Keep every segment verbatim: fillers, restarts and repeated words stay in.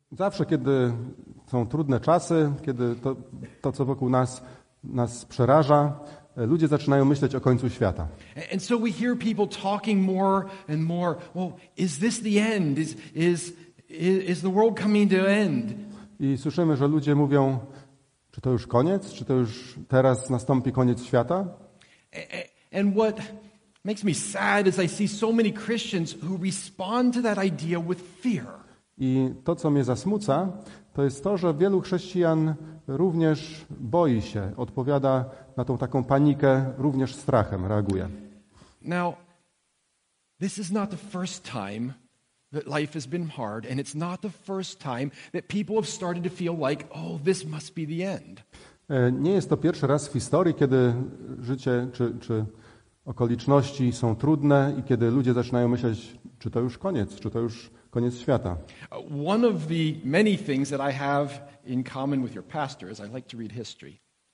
zawsze, kiedy są trudne czasy, kiedy to, to co wokół nas, nas przeraża, ludzie zaczynają myśleć o końcu świata. And so we hear people talking more and more, well, is this the end? Is, is, is the world coming to end? I słyszymy, że ludzie mówią, czy to już koniec? Czy to już teraz nastąpi koniec świata? And what makes me sad is I see so many Christians who respond to that idea with fear. I to, co mnie zasmuca, to jest to, że wielu chrześcijan również boi się, odpowiada na tą taką panikę, również strachem reaguje. Now, this is not the first time that life has been hard, and it's not the first time that people have started to feel like, oh, this must be the end. Nie jest to pierwszy raz w historii, kiedy życie czy, czy okoliczności są trudne i kiedy ludzie zaczynają myśleć, czy to już koniec, czy to już koniec świata. One of the many things that I have in common with your pastor is I like to read history.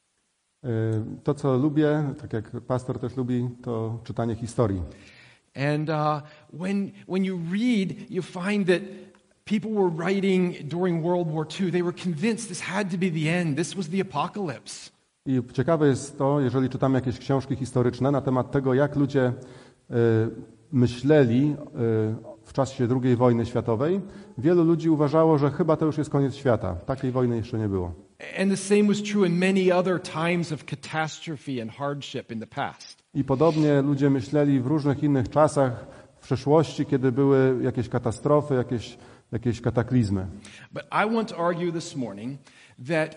To, co lubię, tak jak pastor też lubi, to czytanie historii. And uh, when when you read, you find that people were writing during World War Two. They were convinced this had to be the end. This was the apocalypse. I ciekawe jest to, jeżeli czytamy jakieś książki historyczne na temat tego, jak ludzie y, myśleli y, w czasie drugiej wojny światowej. Wielu ludzi uważało, że chyba to już jest koniec świata. Takiej wojny jeszcze nie było. And the same was true in many other times of catastrophe and hardship in the past. I podobnie ludzie myśleli w różnych innych czasach w przeszłości, kiedy były jakieś katastrofy, jakieś, jakieś kataklizmy. But I want to argue this morning that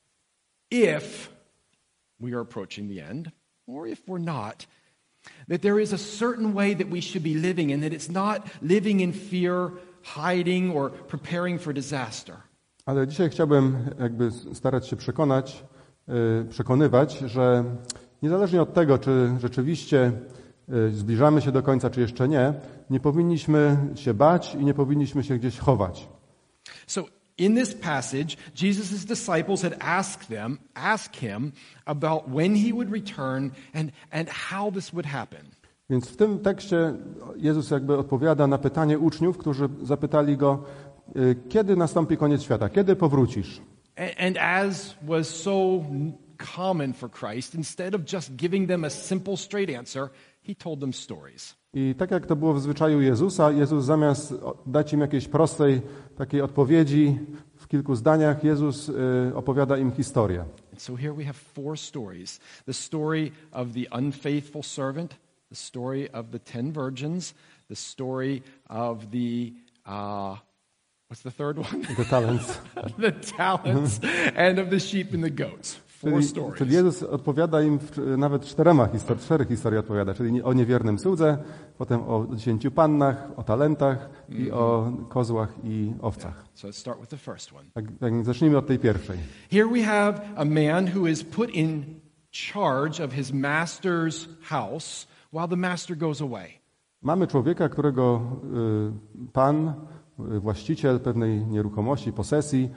if we are approaching the end, or if we're not, that there is a certain way that we should be living, and that it's not living in fear, hiding, or preparing for disaster. Ale dzisiaj chciałbym jakby starać się przekonać, yy, przekonywać, że niezależnie od tego, czy rzeczywiście yy, zbliżamy się do końca, czy jeszcze nie, nie powinniśmy się bać i nie powinniśmy się gdzieś chować. So in this passage, Jesus' disciples had asked them, asked him about when he would return and, and how this would happen. Więc w tym tekście Jezus jakby odpowiada na pytanie uczniów, którzy zapytali go, kiedy nastąpi koniec świata, kiedy powrócisz? And as was so common for Christ, instead of just giving them a simple, straight answer, he told them stories. I tak jak to było w zwyczaju Jezusa, Jezus zamiast dać im jakiejś prostej takiej odpowiedzi w kilku zdaniach, Jezus opowiada im historię. And so here we have four stories. The story of the unfaithful servant, the story of the ten virgins, the story of the uh, what's the third one? The talents. The talents and of the sheep and the goats. Four Czyli, stories. czyli Jezus odpowiada im w, nawet czterema historii, cztery historii odpowiada, czyli o niewiernym słudze, potem o dziesięciu pannach, o talentach mm-hmm. i o kozłach i owcach. Yeah. So let's start with the first one. Tak, tak, zacznijmy od tej pierwszej. Here we have a man who is put in charge of his master's house while the master goes away. Mamy człowieka, którego y, pan, y, właściciel pewnej nieruchomości, posesji,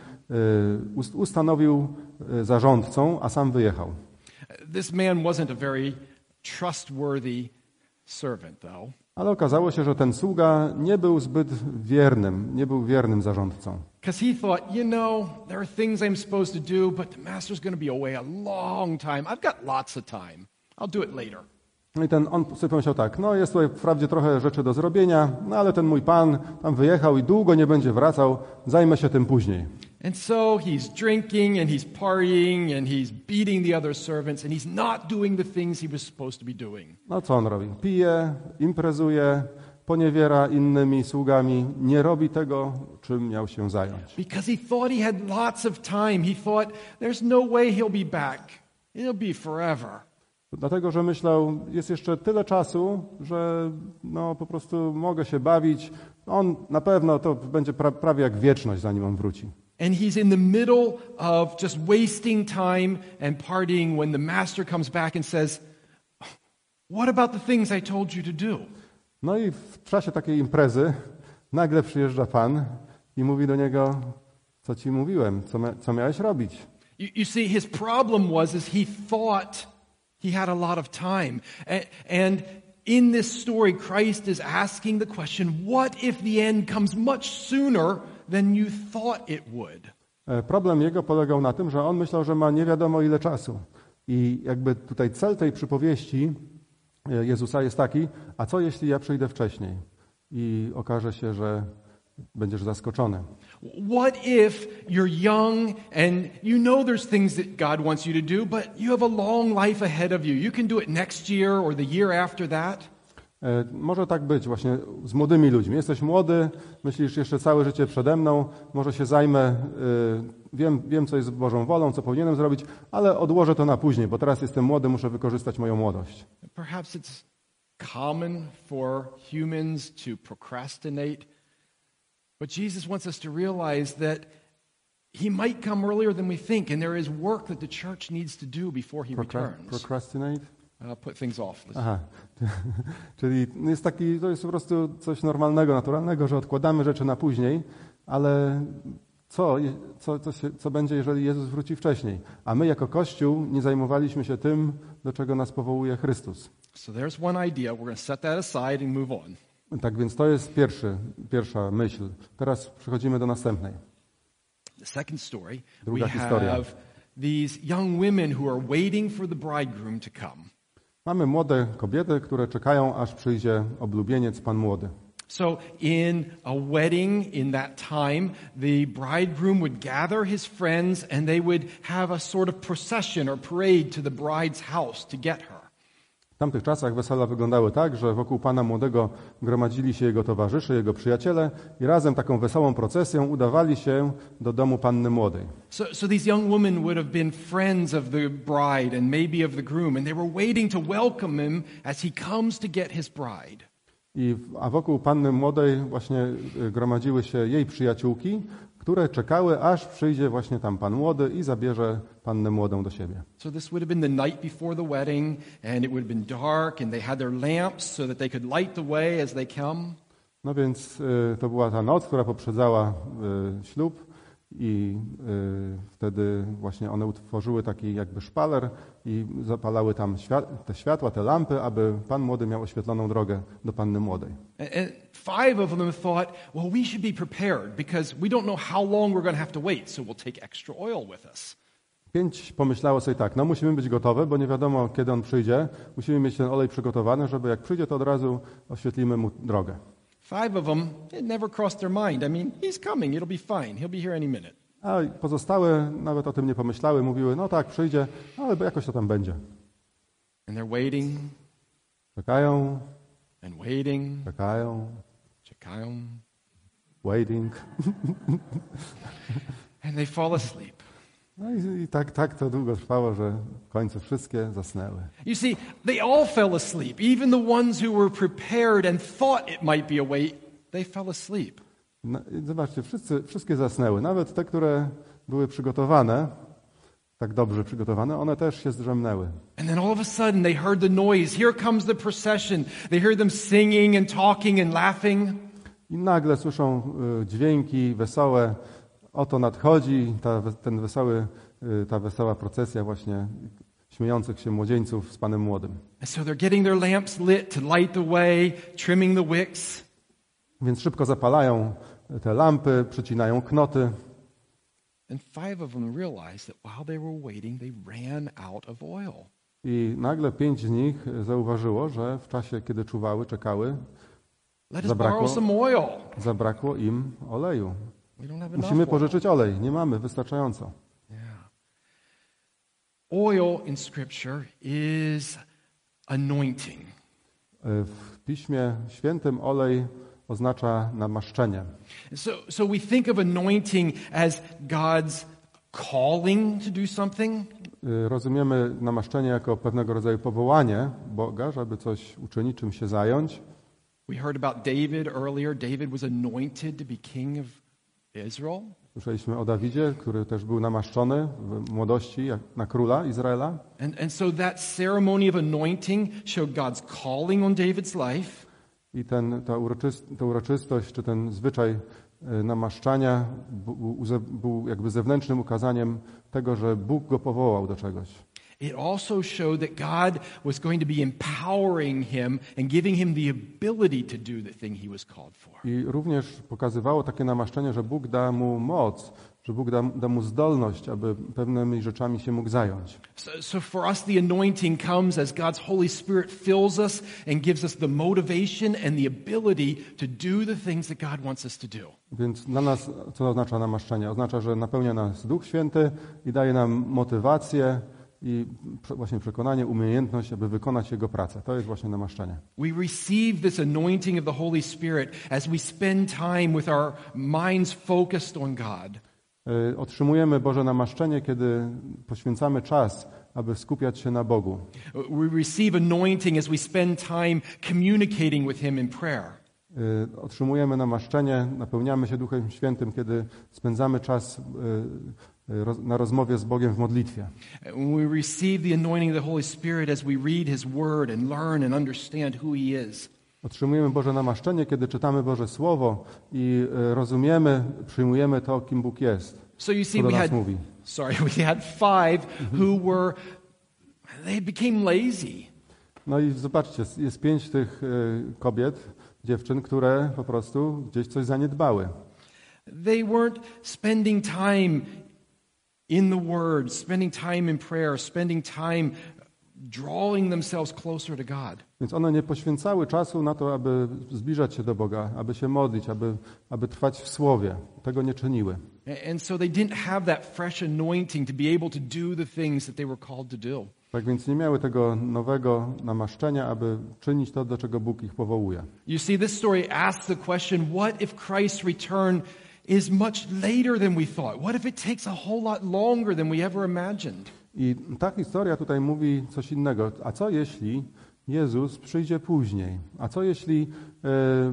y, ustanowił y, zarządcą, a sam wyjechał. This man wasn't a very trustworthy servant, though. Ale okazało się, że ten sługa nie był zbyt wiernym, nie był wiernym zarządcą. Because he thought, you know, there are things I'm supposed to do, but the master's going to be away a long time. I've got lots of time. I'll do it later. No i ten, on sobie pomyślał tak, no jest tutaj wprawdzie trochę rzeczy do zrobienia, no ale ten mój pan tam wyjechał i długo nie będzie wracał, zajmę się tym później. And so he's drinking and he's partying and he's beating the other servants and he's not doing the things he was supposed to be doing. No co on robi? Pije, imprezuje, poniewiera innymi sługami, nie robi tego, czym miał się zająć. Because he thought he had lots of time. He thought there's no way he'll be back. It'll be forever. Dlatego, że myślał, jest jeszcze tyle czasu, że no po prostu mogę się bawić. On na pewno to będzie pra- prawie jak wieczność, zanim on wróci. And he's in the middle of just wasting time and partying when the master comes back and says, what about the things I told you to do? No i w czasie takiej imprezy nagle przyjeżdża pan i mówi do niego, co ci mówiłem, co, mia- co miałeś robić. You, you see, his problem was is he thought he had a lot of time. And, and in this story, Christ is asking the question, what if the end comes much sooner than you thought it would. E, Problem jego polegał na tym, że on myślał, że ma nie wiadomo ile czasu. I jakby tutaj cel tej przypowieści e, Jezusa jest taki, a co jeśli ja przyjdę wcześniej? I okaże się, że będziesz zaskoczony. What if you're young and you know there's things that God wants you to do, but you have a long life ahead of you. You can do it next year or the year after that. E, Może tak być właśnie z młodymi ludźmi. Jesteś młody, myślisz jeszcze całe życie przede mną, może się zajmę, e, wiem, wiem co jest Bożą wolą, co powinienem zrobić, ale odłożę to na później, bo teraz jestem młody, muszę wykorzystać moją młodość. Perhaps it's common for humans to procrastinate, but Jesus wants us to realize that He might come earlier than we think, and there is work that the church needs to do before He Procra- returns. procrastinate? Uh, put things off. Aha, czyli jest taki, to jest po prostu coś normalnego, naturalnego, że odkładamy rzeczy na później, ale co, co, co, się, co będzie, jeżeli Jezus wróci wcześniej? A my jako Kościół nie zajmowaliśmy się tym, do czego nas powołuje Chrystus. So there's one idea. We're going to set that aside and move on. Tak więc to jest pierwszy, pierwsza myśl. Teraz przechodzimy do następnej. The second story, Druga we historia. have these young women who are waiting for the bridegroom to come. Mamy młode kobiety, które czekają, aż przyjdzie oblubieniec, Pan Młody. So in a wedding in that time, the bridegroom would gather his friends and they would have a sort of procession or parade to the bride's house to get her. W tamtych czasach wesela wyglądały tak, że wokół Pana Młodego gromadzili się jego towarzysze, jego przyjaciele i razem taką wesołą procesją udawali się do domu Panny Młodej. So, so these young women would have been friends of the bride and maybe of the groom, and they were waiting to welcome him as he comes to get his bride. I, a wokół Panny Młodej właśnie y, gromadziły się jej przyjaciółki, które czekały, aż przyjdzie właśnie tam Pan Młody i zabierze Pannę Młodą do siebie. So this would have been the night before the wedding, and it would have been dark, and they had their lamps so that they could light the way as they come. No więc y, to była ta noc, która poprzedzała y, ślub i y, wtedy właśnie one utworzyły taki jakby szpaler i zapalały tam świat- te światła, te lampy, aby Pan Młody miał oświetloną drogę do Panny Młodej. And, and five of them thought, well, we should be prepared because we don't know how long we're going to have to wait, so we'll take extra oil with us. Pięć pomyślało sobie tak, no musimy być gotowe, bo nie wiadomo kiedy on przyjdzie, musimy mieć ten olej przygotowany, żeby jak przyjdzie to od razu oświetlimy mu drogę. Five of them, it never crossed their mind. I mean, he's coming, it'll be fine, he'll be here any minute. A pozostałe nawet o tym nie pomyślały, mówiły, no tak, przyjdzie, ale jakoś to tam będzie. And they're waiting Czekają, and waiting, czekają, czekają, waiting. and they fall asleep. No i, i tak, tak to długo trwało, że w końcu wszystkie zasnęły. You see, they all fell asleep. Even the ones who were prepared and thought it might be a wait, they fell asleep. No, i zobaczcie, wszyscy, wszystkie zasnęły, nawet te, które były przygotowane, tak dobrze przygotowane, one też się zdrzemnęły. And then all of a sudden they heard the noise. Here comes the procession. They heard them singing and talking and laughing. I nagle słyszą y, dźwięki wesołe, oto nadchodzi ta, ten wesoły, y, ta wesoła procesja właśnie śmiejących się młodzieńców z Panem Młodym. And so they're getting their lamps lit to light the way, trimming the wicks. Więc szybko zapalają te lampy, przycinają knoty. And five of them realized that while they were waiting, they ran out of oil. I nagle pięć z nich zauważyło, że w czasie, kiedy czuwały, czekały, Let us Zabrakło. borrow some oil. zabrakło im oleju. We don't have enough Musimy oil. pożyczyć olej, nie mamy wystarczająco. Yeah. Oil in Scripture is anointing. W Piśmie Świętym olej oznacza namaszczenie. So, so we think of anointing as God's calling to do something. Rozumiemy namaszczenie jako pewnego rodzaju powołanie Boga, żeby coś uczynić, czym się zająć. We heard about David earlier. David was anointed to be king of Israel. Słyszeliśmy o Dawidzie, który też był namaszczony w młodości jak na króla Izraela. And, and so that ceremony of anointing showed God's calling on David's life. I ten, ta, uroczyst, ta uroczystość, czy ten zwyczaj e, namaszczania był, był jakby zewnętrznym ukazaniem tego, że Bóg go powołał do czegoś. it also showed that God was going to be empowering him and giving him the ability to do the thing he was called for. I również pokazywało takie namaszczenie, że Bóg da mu moc, że Bóg da, da mu zdolność, aby pewnymi rzeczami się mógł zająć. So, so for us the anointing comes as God's Holy Spirit fills us and gives us the motivation and the ability to do the things that God wants us to do. Więc dla nas, co oznacza namaszczenie? Oznacza, że napełnia nas Duch Święty i daje nam motywację i właśnie przekonanie, umiejętność, aby wykonać Jego pracę. To jest właśnie namaszczenie. We receive this anointing of the Holy Spirit as we spend time with our minds focused on God. Otrzymujemy Boże namaszczenie, kiedy poświęcamy czas, aby skupiać się na Bogu. We receive anointing as we spend time communicating with Him in prayer. Otrzymujemy namaszczenie, napełniamy się Duchem Świętym, kiedy spędzamy czas na rozmowie z Bogiem w modlitwie. We receive the anointing of the Holy Spirit as we read His Word and learn and understand who He is. Otrzymujemy Boże namaszczenie, kiedy czytamy Boże Słowo i rozumiemy, przyjmujemy to, kim Bóg jest. So you see, co do we nas had, mówi. sorry, we had five who were, they became lazy. No i zobaczcie, jest pięć tych kobiet, dziewczyn, które po prostu gdzieś coś zaniedbały. They weren't spending time in the Word, spending time in prayer, spending time drawing themselves closer to God. Więc one nie poświęcały czasu na to, aby zbliżać się do Boga, aby się modlić, aby, aby trwać w Słowie. Tego nie czyniły. And so they didn't have that fresh anointing to be able to do the things that they were called to do. Tak więc nie miały tego nowego namaszczenia, aby czynić to, do czego Bóg ich powołuje. You see, this story asks the question, what if Christ's return is much later than we thought? What if it takes a whole lot longer than we ever imagined? I ta historia tutaj mówi coś innego. A co jeśli Jezus przyjdzie później? A co jeśli e,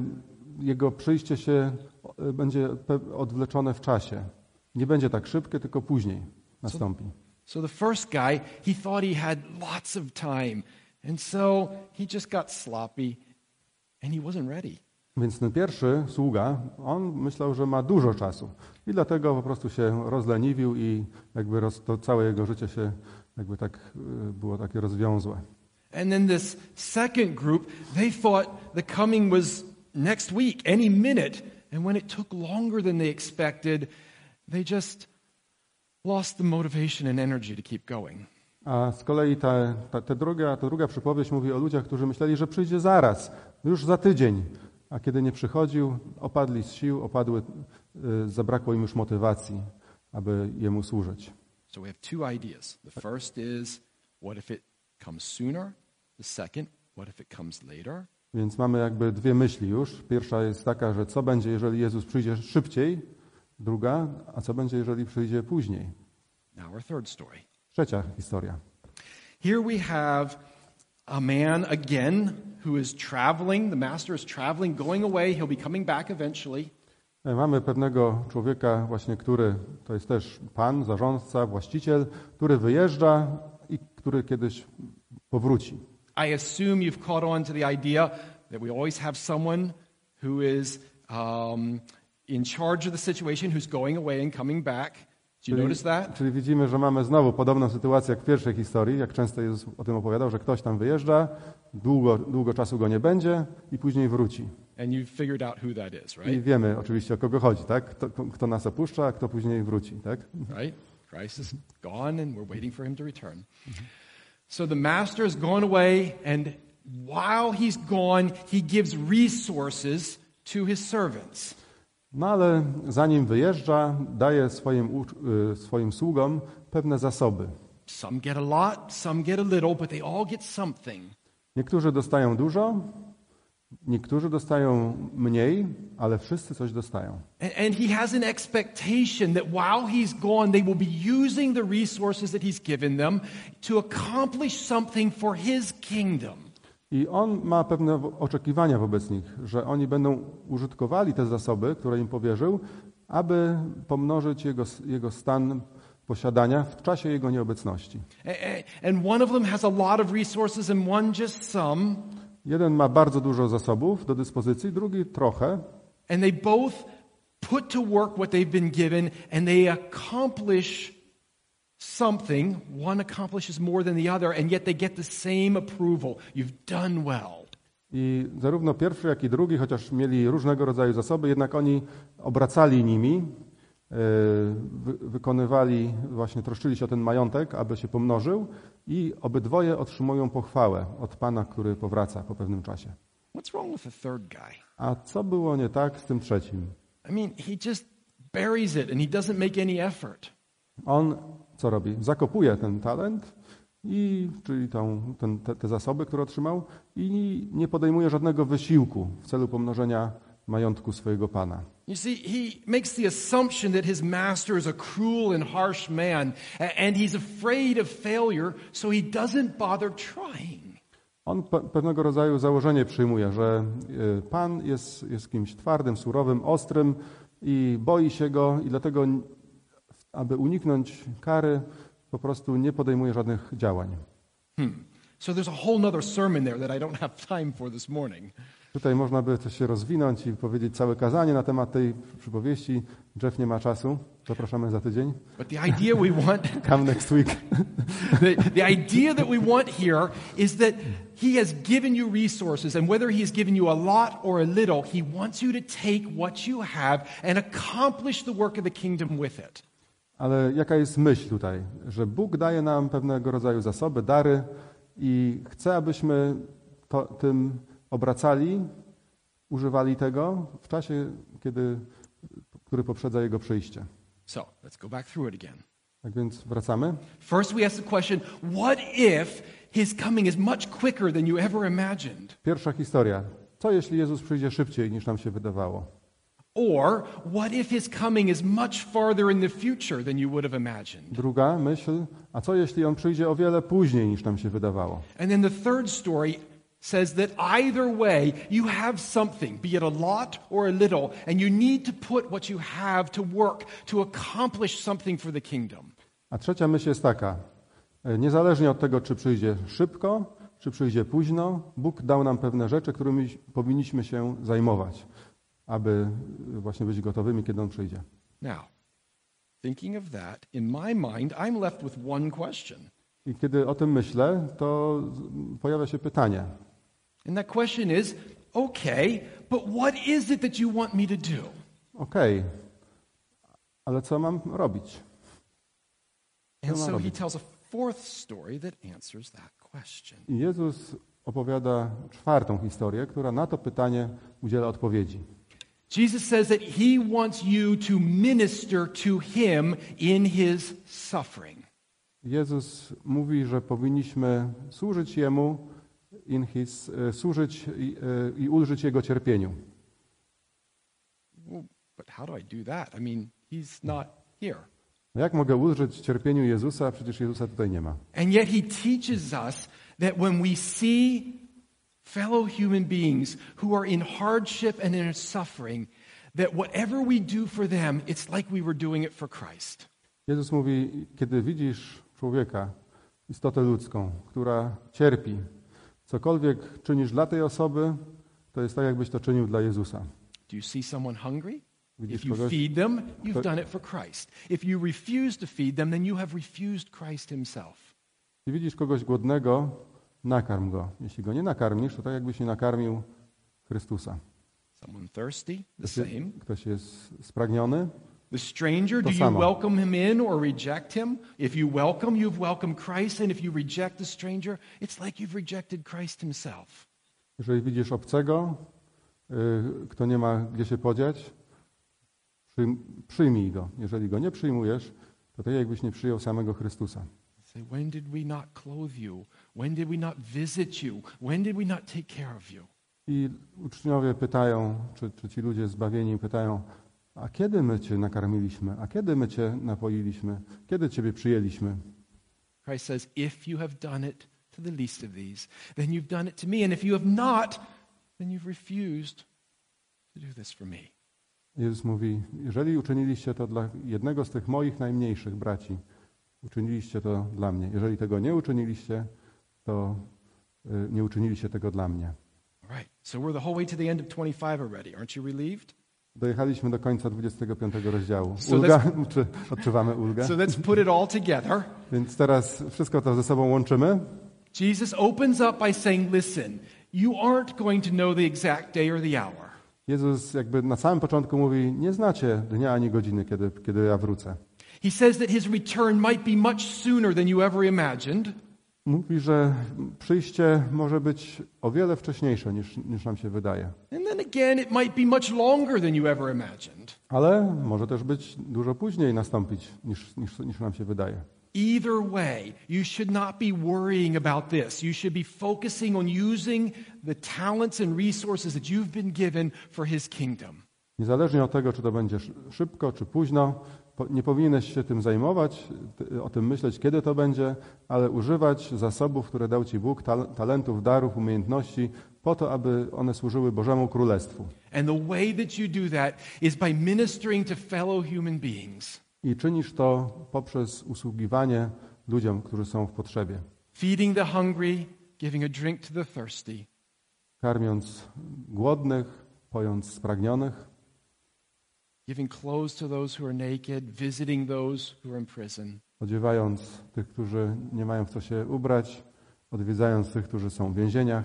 Jego przyjście się e, będzie odwleczone w czasie? Nie będzie tak szybkie, tylko później nastąpi. So the first guy, he thought he had lots of time. And so he just got sloppy and he wasn't ready. Więc ten pierwszy sługa, on myślał, że ma dużo czasu i dlatego po prostu się rozleniwił i jakby roz, to całe jego życie się jakby tak było takie rozwiązłe. And then this second group, they thought the coming was next week, any minute. And when it took longer than they expected, they just lost the motivation and energy to keep going. A z kolei ta, ta, ta, druga, ta druga przypowieść mówi o ludziach, którzy myśleli, że przyjdzie zaraz, już za tydzień. A kiedy nie przychodził, opadli z sił, opadły, y, zabrakło im już motywacji, aby Jemu służyć. So we have two ideas. The first is, what if it comes sooner? The second, what if it comes later? Więc mamy jakby dwie myśli już. Pierwsza jest taka, że co będzie, jeżeli Jezus przyjdzie szybciej? Druga, a co będzie, jeżeli przyjdzie później? Now our third story. Trzecia historia. Here we have a man again who is traveling. The master is traveling, going away. He'll be coming back eventually. Mamy pewnego człowieka właśnie, który to jest też pan, zarządca, właściciel, który wyjeżdża i który kiedyś powróci. I assume you've caught on to the idea that we always have someone who is um, in charge of the situation, who's going away and coming back. Do you Czyli, notice that? czyli widzimy, że mamy znowu podobną sytuację jak w pierwszej historii, jak często Jezus o tym opowiadał, że ktoś tam wyjeżdża, długo, długo czasu go nie będzie i później wróci. And you've figured out who that is, I right? wiemy oczywiście, o kogo chodzi, tak? Kto, kto nas opuszcza, a kto później wróci, tak? Right? Christ is gone and we're waiting for him to return. So the master has gone away, and while he's gone, he gives resources to his servants. No ale zanim wyjeżdża, daje swoim, y, swoim sługom pewne zasoby. Some get a lot, some get a little, but they all get something. Niektórzy dostają dużo, niektórzy dostają mniej, ale wszyscy coś dostają. And, and he has an expectation that while he's gone, they will be using the resources that he's given them to accomplish something for his kingdom. I on ma pewne oczekiwania wobec nich, że oni będą użytkowali te zasoby, które im powierzył, aby pomnożyć jego, jego stan posiadania w czasie jego nieobecności. And one of them has a lot of resources and one just some. Jeden ma bardzo dużo zasobów do dyspozycji, drugi trochę. And they both put to work what they've been given and they accomplish something, one accomplishes more than the other, and yet they get the same approval. You've done well. I zarówno pierwszy, jak i drugi, chociaż mieli różnego rodzaju zasoby, jednak oni obracali nimi, wy, wykonywali, właśnie troszczyli się o ten majątek, aby się pomnożył i obydwoje otrzymują pochwałę od Pana, który powraca po pewnym czasie. What's wrong with the third guy? A co było nie tak z tym trzecim? I mean, he just buries it and he doesn't make any effort. On co robi? Zakopuje ten talent, i, czyli tą, ten, te, te zasoby, które otrzymał, i nie podejmuje żadnego wysiłku w celu pomnożenia majątku swojego Pana. You see, he makes the assumption that his master is a cruel and harsh man, and he's afraid of failure, so he doesn't bother trying. On pe- pewnego rodzaju założenie przyjmuje, że y, Pan jest, jest kimś twardym, surowym, ostrym i boi się go i dlatego, aby uniknąć kary, po prostu nie podejmuje żadnych działań. Hmm. So there's a whole other sermon there that I don't have time for this morning. Tutaj można by to się rozwinąć i powiedzieć całe kazanie na temat tej przypowieści. Jeff nie ma czasu. Zapraszamy za tydzień. But the idea we want Come next week. the, the idea that we want here is that he has given you resources, and whether he has given you a lot or a little, he wants you to take what you have and accomplish the work of the kingdom with it. Ale jaka jest myśl tutaj? Że Bóg daje nam pewnego rodzaju zasoby, dary i chce, abyśmy to, tym obracali, używali tego w czasie, kiedy, który poprzedza Jego przyjście. So, let's go back through it again. Tak więc wracamy. First we ask the question, what if his coming is much quicker than you ever imagined? Pierwsza historia. Co jeśli Jezus przyjdzie szybciej niż nam się wydawało? Or, what if his coming is much farther in the future than you would have imagined? Druga myśl, a co jeśli On przyjdzie o wiele później niż nam się wydawało? And then the third story says that either way, you have something, be it a lot or a little, and you need to put what you have to work to accomplish something for the kingdom. A trzecia myśl jest taka. Niezależnie od tego, czy przyjdzie szybko, czy przyjdzie późno, Bóg dał nam pewne rzeczy, którymi powinniśmy się zajmować, aby właśnie być gotowymi, kiedy On przyjdzie. Now, thinking of that, in my mind, I'm left with one question. I kiedy o tym myślę, to pojawia się pytanie. And that question is, okay, but what is it that you want me to do? Okej, okay, ale co mam robić? Co And mam so he robić? tells a fourth story that answers that question. I Jezus opowiada czwartą historię, która na to pytanie udziela odpowiedzi. Jesus says that he wants you to minister to him in his suffering. Jezus mówi, że powinniśmy służyć Jemu, in his, służyć i, i ulżyć Jego cierpieniu. Well, but how do I do that? I mean, he's not here. No jak mogę ulżyć cierpieniu Jezusa? Przecież Jezusa tutaj nie ma. And yet he teaches us that when we see fellow human beings who are in hardship and in suffering, that whatever we do for them, it's like we were doing it for Christ. Jezus mówi, kiedy widzisz człowieka, istotę ludzką, która cierpi, cokolwiek czynisz dla tej osoby, to jest tak, jakbyś to czynił dla Jezusa. Do you see someone hungry? Widzisz If you kogoś, feed them, you've kto- done it for Christ. If you refuse to feed them, then you have refused Christ himself. jeśli widzisz kogoś głodnego, nakarm go. Jeśli go nie nakarmisz, to tak jakbyś nie nakarmił Chrystusa. Someone thirsty? The Ktoś, same. ktoś jest spragniony, The stranger, do To you samo. welcome him in or reject him? If you welcome, you've welcomed Christ, and if you reject the stranger, it's like you've rejected Christ himself. jeżeli widzisz obcego, y, kto nie ma gdzie się podziać, przyjm- przyjmij go. Jeżeli go nie przyjmujesz, to tak jakbyś nie przyjął samego Chrystusa. Say, when did we not clothe you? When did we not visit you? When did we not take care of you? I uczniowie pytają, czy, czy ci ludzie zbawieni pytają, a kiedy my Cię nakarmiliśmy? A kiedy my Cię napoiliśmy? Kiedy Ciebie przyjęliśmy? Christ says, if you have done it to the least of these, then you've done it to me. And if you have not, then you've refused to do this for me. Jezus mówi, jeżeli uczyniliście to dla jednego z tych moich najmniejszych braci, uczyniliście to dla mnie. Jeżeli tego nie uczyniliście, to y, nie uczyniliście tego dla mnie. All right, so we're the whole way to the end of twenty-five already. Aren't you relieved? Dojechaliśmy do końca dwudziestego piątego rozdziału. So Ulga, czy odczuwamy ulgę? So let's put it all together. Więc teraz wszystko to ze sobą łączymy. Jesus opens up by saying, listen, you aren't going to know the exact day or the hour. Jezus jakby na samym początku mówi, nie znacie dnia ani godziny, kiedy, kiedy ja wrócę. He says that his return might be much sooner than you ever imagined. Mówi, że przyjście może być o wiele wcześniejsze niż, niż nam się wydaje. And then again, it might be much longer than you ever imagined. Ale może też być dużo później nastąpić niż, niż, niż nam się wydaje. Either way, you should not be worrying about this. You should be focusing on using the talents and resources that you've been given for his kingdom. Niezależnie od tego, czy to będzie szybko, czy późno, nie powinieneś się tym zajmować, o tym myśleć, kiedy to będzie, ale używać zasobów, które dał ci Bóg, talentów, darów, umiejętności, po to, aby one służyły Bożemu Królestwu. And the way that you do that is by ministering to fellow human beings. I czynisz to poprzez usługiwanie ludziom, którzy są w potrzebie. Feeding the hungry, giving a drink to the thirsty. Karmiąc głodnych, pojąc spragnionych. Giving clothes to those who are naked, visiting those who are in prison. Odziewając tych, którzy nie mają w co się ubrać, odwiedzając tych, którzy są w więzieniach.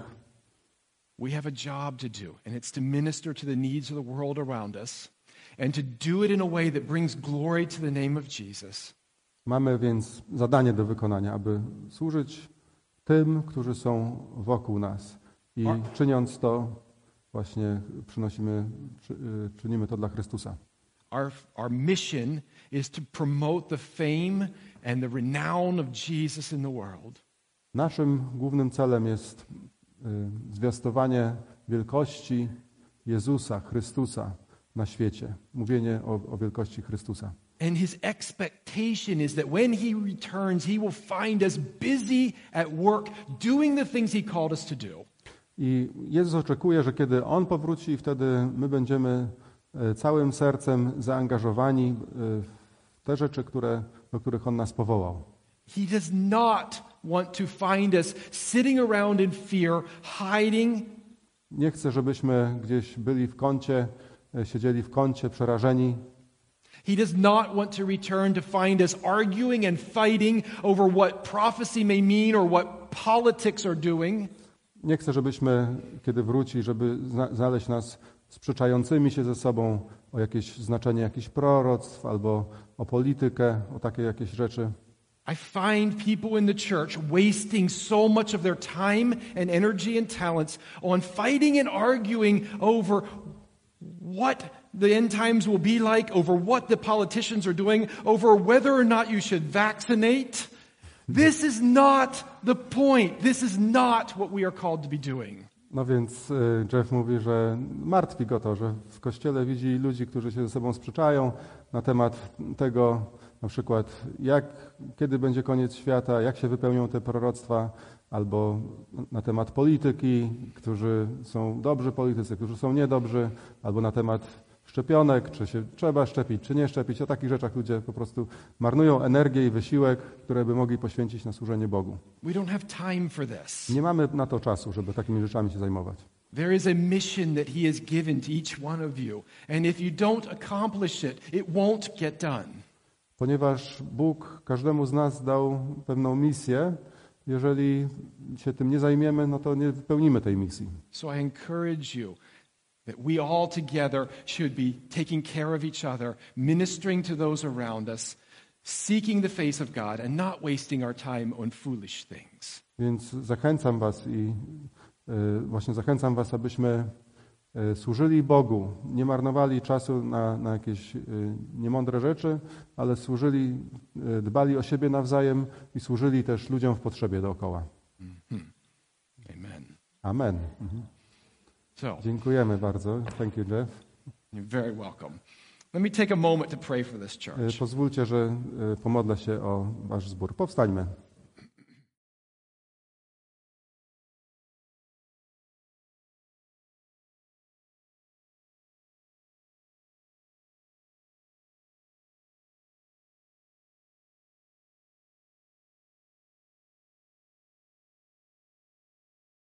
We have a job to do, and it's to minister to the needs of the world around us and to do it in a way that brings glory to the name of Jesus. Mamy więc zadanie do wykonania, aby służyć tym, którzy są wokół nas. I czyniąc to, właśnie przynosimy, czy, czynimy to dla Chrystusa. Our, our mission is to promote the fame and the renown of Jesus in the world. Naszym głównym celem jest y, zwiastowanie wielkości Jezusa, Chrystusa na świecie. Mówienie o, o wielkości Chrystusa. And his expectation is that when he returns, he will find us busy at work doing the things he called us to do. I Jezus oczekuje, że kiedy On powróci, wtedy my będziemy całym sercem zaangażowani w te rzeczy, które, do których On nas powołał. He does not want to find us sitting around in fear, hiding. Nie chce, żebyśmy gdzieś byli w kącie, siedzieli w kącie, przerażeni. He does not want to return to find us arguing and fighting over what prophecy may mean or what politics are doing. Nie chce, żebyśmy, kiedy wróci, żeby znaleźć nas sprzeczającymi się ze sobą o jakieś znaczenie jakichś proroctw albo o politykę, o takie jakieś rzeczy. I find people in the church wasting so much of their time and energy and talents on fighting and arguing over what the end times will be like, over what the politicians are doing, over whether or not you should vaccinate. This is not the point. This is not what we are called to be doing. No więc Jeff mówi, że martwi go to, że w Kościele widzi ludzi, którzy się ze sobą sprzeczają na temat tego, na przykład jak, kiedy będzie koniec świata, jak się wypełnią te proroctwa, albo na temat polityki, którzy są dobrzy politycy, którzy są niedobrzy, albo na temat szczepionek, czy się trzeba szczepić, czy nie szczepić. O takich rzeczach ludzie po prostu marnują energię i wysiłek, które by mogli poświęcić na służenie Bogu. We don't have time for this. Nie mamy na to czasu, żeby takimi rzeczami się zajmować. There is a mission that he has given to each one of you, and if you don't accomplish it, it won't get done. Ponieważ Bóg każdemu z nas dał pewną misję, jeżeli się tym nie zajmiemy, no to nie wypełnimy tej misji. So I encourage you that we all together should be taking care of each other, ministering to those around us, seeking the face of God and not wasting our time on foolish things. Więc zachęcam was i y, właśnie zachęcam was, abyśmy y, służyli Bogu, nie marnowali czasu na, na jakieś y, niemądre rzeczy, ale służyli, y, dbali o siebie nawzajem i służyli też ludziom w potrzebie dookoła. Mm-hmm. Amen. Amen. Mhm. So, Dziękujemy bardzo. Thank you, Jeff. you're very welcome. Let me take a moment to pray for this church. Pozwólcie, że pomodlę się o wasz zbór. Powstańmy.